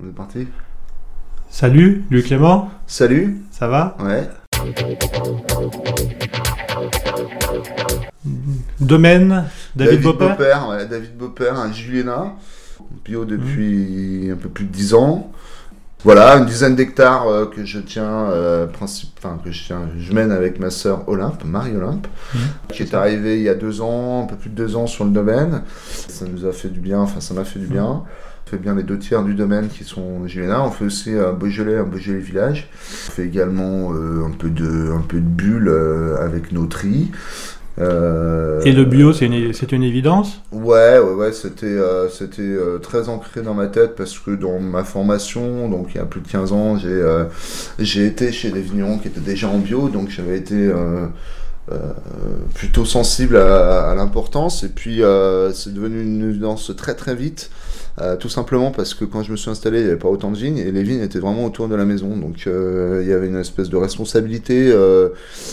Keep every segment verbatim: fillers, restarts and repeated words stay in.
On est parti. Salut, Louis Clément. Salut. Ça va? Ouais. Domaine, David, David Bopper. Bopper, ouais, David Bopper, un Julienat, bio depuis mmh. un peu plus de dix ans. Voilà, une dizaine d'hectares euh, que je tiens, euh, principe, enfin que je tiens, je mène avec ma sœur Olympe, Marie Olympe, mmh. qui est arrivée il y a deux ans, un peu plus de deux ans sur le domaine. Ça nous a fait du bien, enfin ça m'a fait du bien. Mmh. On fait bien les deux tiers du domaine qui sont Julienat. On fait aussi un Beaujolais, un Beaujolais village. On fait également euh, un peu de, un peu de bulles euh, avec nos tris. Euh, Et le bio, c'est une, c'est une évidence ? Ouais, ouais, ouais, c'était, euh, c'était euh, très ancré dans ma tête parce que dans ma formation, donc il y a plus de quinze ans, j'ai, euh, j'ai été chez des vignerons qui étaient déjà en bio, donc j'avais été euh, euh, plutôt sensible à, à l'importance. Et puis euh, c'est devenu une évidence très très vite. Euh, tout simplement parce que quand je me suis installé, il n'y avait pas autant de vignes et les vignes étaient vraiment autour de la maison. Donc euh, il y avait une espèce de responsabilité euh,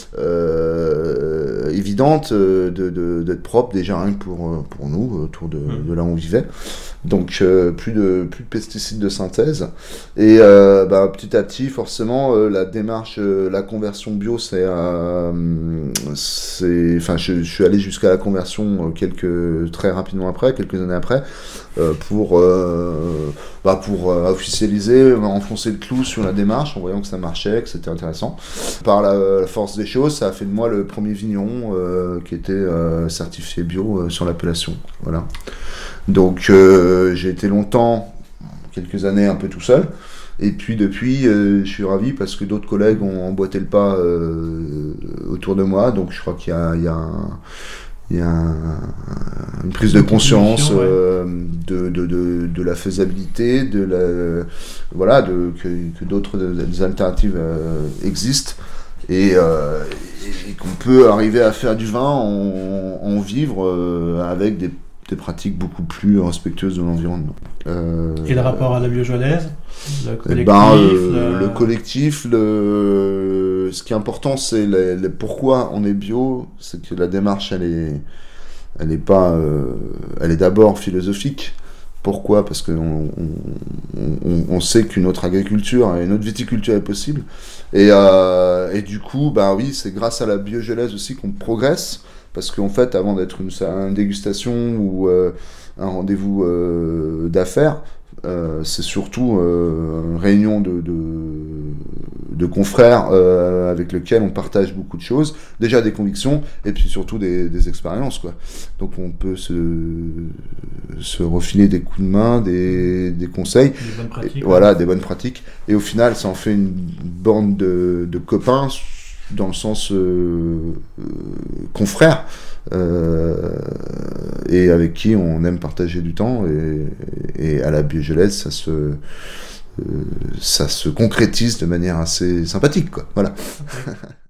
euh, évidente de, de, d'être propre déjà rien que pour, pour nous, autour de, de là où on vivait. Donc euh, plus, de, plus de pesticides de synthèse. Et euh, bah, petit à petit, forcément, euh, la démarche, euh, la conversion bio, c'est... Euh, c'est enfin, je, je suis allé jusqu'à la conversion quelques, très rapidement après, quelques années après, euh, pour... Euh, bah pour euh, officialiser, enfoncer le clou sur la démarche en voyant que ça marchait, que c'était intéressant. Par la, la force des choses, ça a fait de moi le premier vigneron euh, qui était euh, certifié bio euh, sur l'appellation. Voilà. Donc euh, j'ai été longtemps, quelques années un peu tout seul. Et puis depuis, euh, je suis ravi parce que d'autres collègues ont emboîté le pas euh, autour de moi. Donc je crois qu'il y a, il y a un... Il y a un, une prise de conscience euh, de, de, de, de la faisabilité, de la, voilà, de, que, que d'autres des alternatives euh, existent et, euh, et, et qu'on peut arriver à faire du vin, en, en vivre euh, avec des, des pratiques beaucoup plus respectueuses de l'environnement. Euh, et le rapport à la biojolaise, le collectif, ben, euh, le... le collectif, le... ce qui est important, c'est les, les pourquoi on est bio, c'est que la démarche, elle est, elle est pas, euh, elle est d'abord philosophique. Pourquoi ? Parce qu'on on, on, on sait qu'une autre agriculture, une autre viticulture est possible. Et, euh, et du coup, bah oui, c'est grâce à la biojolaise aussi qu'on progresse. Parce qu'en fait, avant d'être une, une dégustation ou euh, un rendez-vous euh, d'affaires, euh, c'est surtout euh, une réunion de, de, de confrères euh, avec lesquels on partage beaucoup de choses, déjà des convictions et puis surtout des, des expériences, quoi. Donc on peut se, se refiler des coups de main, des, des conseils, des bonnes pratiques, et, voilà, des bonnes pratiques. Et au final, ça en fait une bande de, de copains, dans le sens euh, euh, confrère, euh, et avec qui on aime partager du temps, et, et à la biojolaise, ça se, euh, ça se concrétise de manière assez sympathique, quoi. Voilà. Okay.